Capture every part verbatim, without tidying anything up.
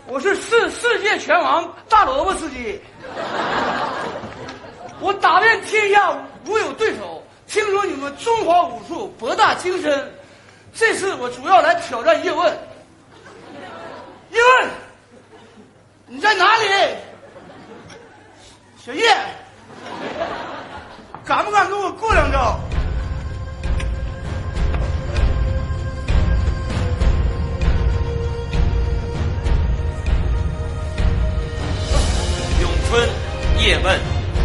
我是世世界拳王大萝卜司机，我打遍天下无有对手。听说你们中华武术博大精深，这次我主要来挑战叶问。叶问，你在哪里？小叶，敢不敢跟我过两招？ 咏春，叶问。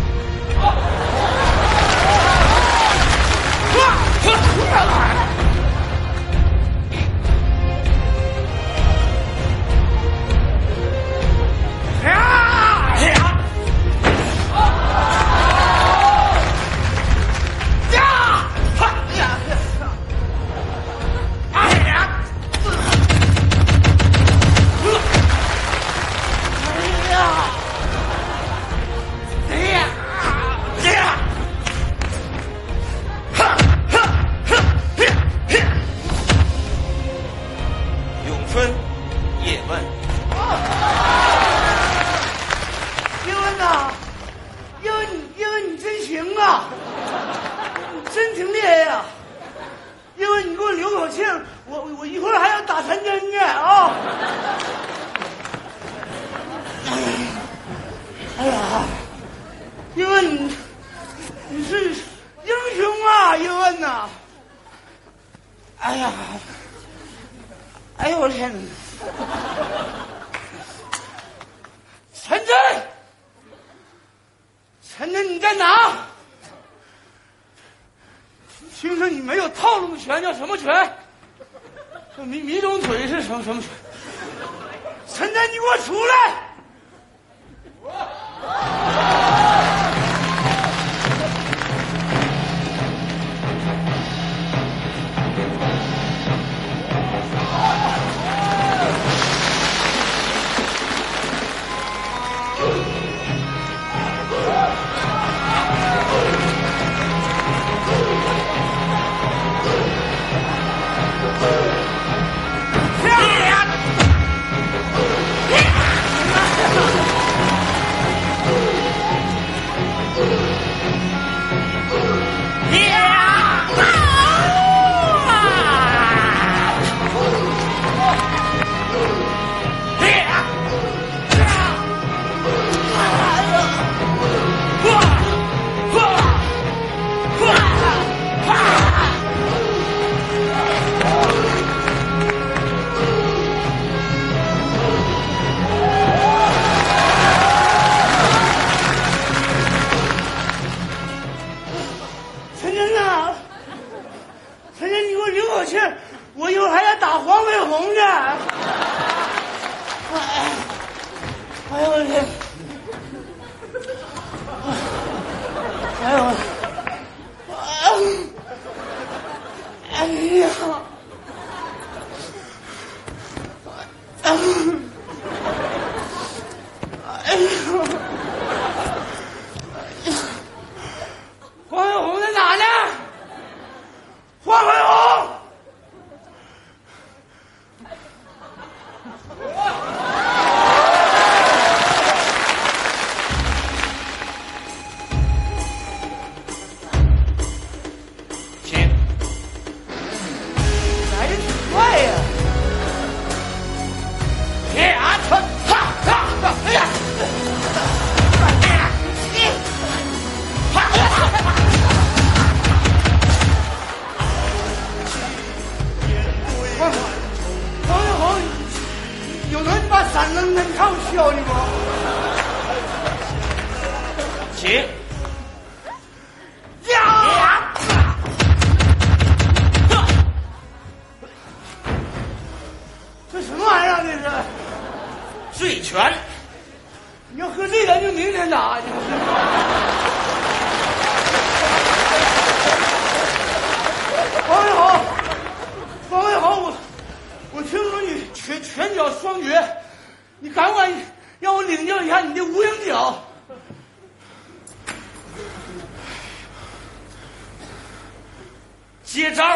接招！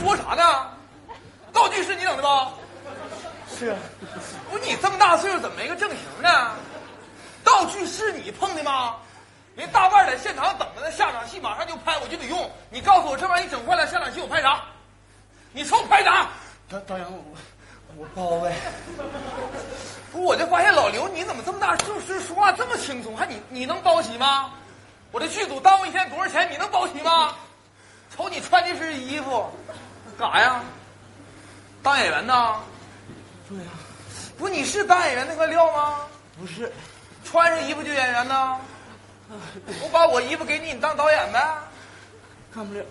说啥呢？道具是你整的吧？ 是啊。 不是你这么大岁数怎么没个正形呢？道具是你碰的吗？人大腕在现场等着呢，下场戏马上就拍，我就得用。你告诉我这玩意儿你整坏了，下场戏我拍啥？你冲拍啥？ 导导演，我我包呗。 不是，我就发现老刘你怎么这么大岁数说话这么轻松？还你你能包起吗？我这剧组耽误一天多少钱？你能包起吗？瞅你穿这身衣服，干啥呀？当演员呢？ 对呀、啊。 不是，你是当演员那块料吗？ 不是。 穿上衣服就演员呢？我把我衣服给你，你当导演呗？ 干不了。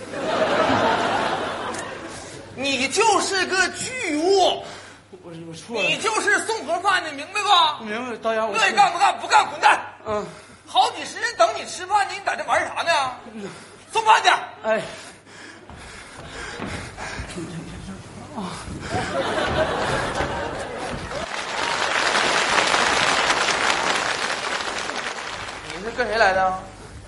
你就是个巨物。 我我错了。 你就是送盒饭，你明白吧？ 明白，导演。我乐意干不干？不干滚蛋。 嗯。 好几十人等你吃饭呢，你在这玩啥呢？嗯、送饭去。 哎。啊。 你是跟谁来的？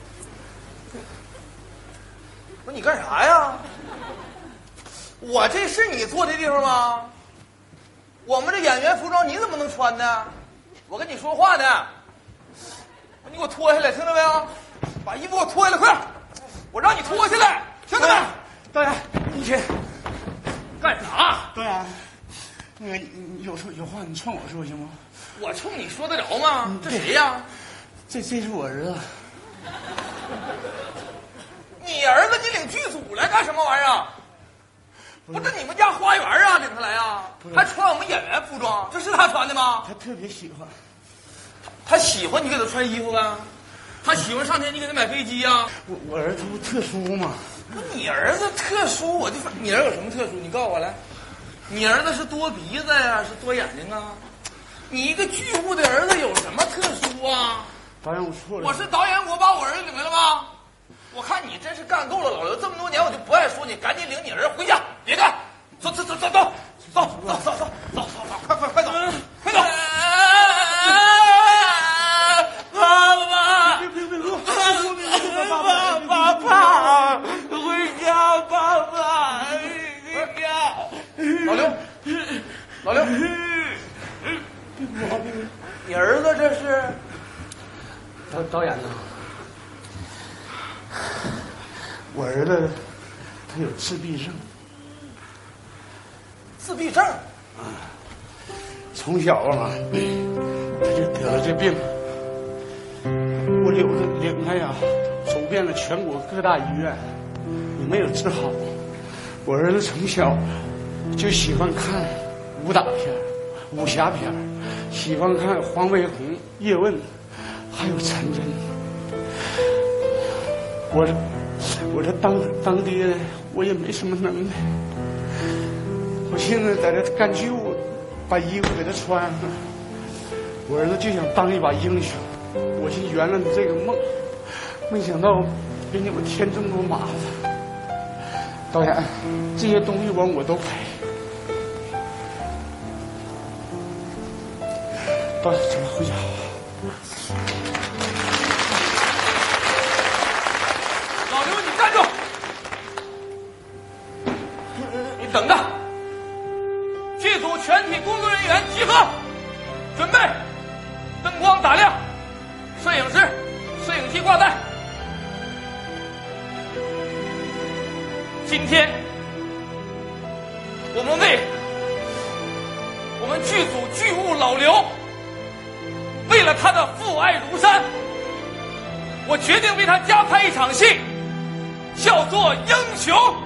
不是你干啥呀？我这是你坐的地方吗？我们这演员服装你怎么能穿呢？我跟你说话呢。你给我脱下来，听到没有？把衣服给我脱下来，快点！我让你脱下来，听到没？ 导演，你先干啥？ 导演，那个你有说有话你冲我说行吗？ 我冲你说得着吗？嗯、这谁呀？ 这这是我儿子。 你儿子，你领剧组来干什么玩意儿？不是你们家花园啊，领他来啊？还穿我们演员服装，这是他穿的吗？ 他特别喜欢。 他喜欢你给他穿衣服呗？他喜欢上天，你给他买飞机呀？ 我我儿子不特殊吗？ 不，你儿子特殊，我就你儿子有什么特殊？你告诉我来。你儿子是多鼻子呀，是多眼睛啊？你一个巨物的儿子有什么特殊啊？ 导演，我错了。 我是导演，我把我儿子领来了吗？我看你真是干够了，老刘，这么多年我就不爱说你，赶紧领你儿子回家，别干，走走走走走走走走走走走走，快快快走，快走！爸爸， 别别别别， 爸爸爸，回家，爸爸，回家。老刘，老刘，你儿子这是？ 导导演呢？我儿子他有自闭症。 自闭症？ 啊，从小啊，他就得了这病。我领着领他呀，走遍了全国各大医院，也没有治好。我儿子从小就喜欢看武打片、武侠片，喜欢看黄飞鸿、叶问，还有陈真。我这我这当当爹的，我也没什么能耐。我现在在这干剧务，把衣服给他穿上。我儿子就想当一把英雄，我先圆了你这个梦，没想到给你们添这么多麻烦。导演，这些东西完我都赔。导演，咱们回家。 老刘，你站住！你等着。剧组全体工作人员集合，准备，灯光打亮，摄影师、摄影机挂带。今天，我们为我们剧组剧务老刘，为了他的父爱如山，我决定为他加拍一场戏，叫做《英雄》。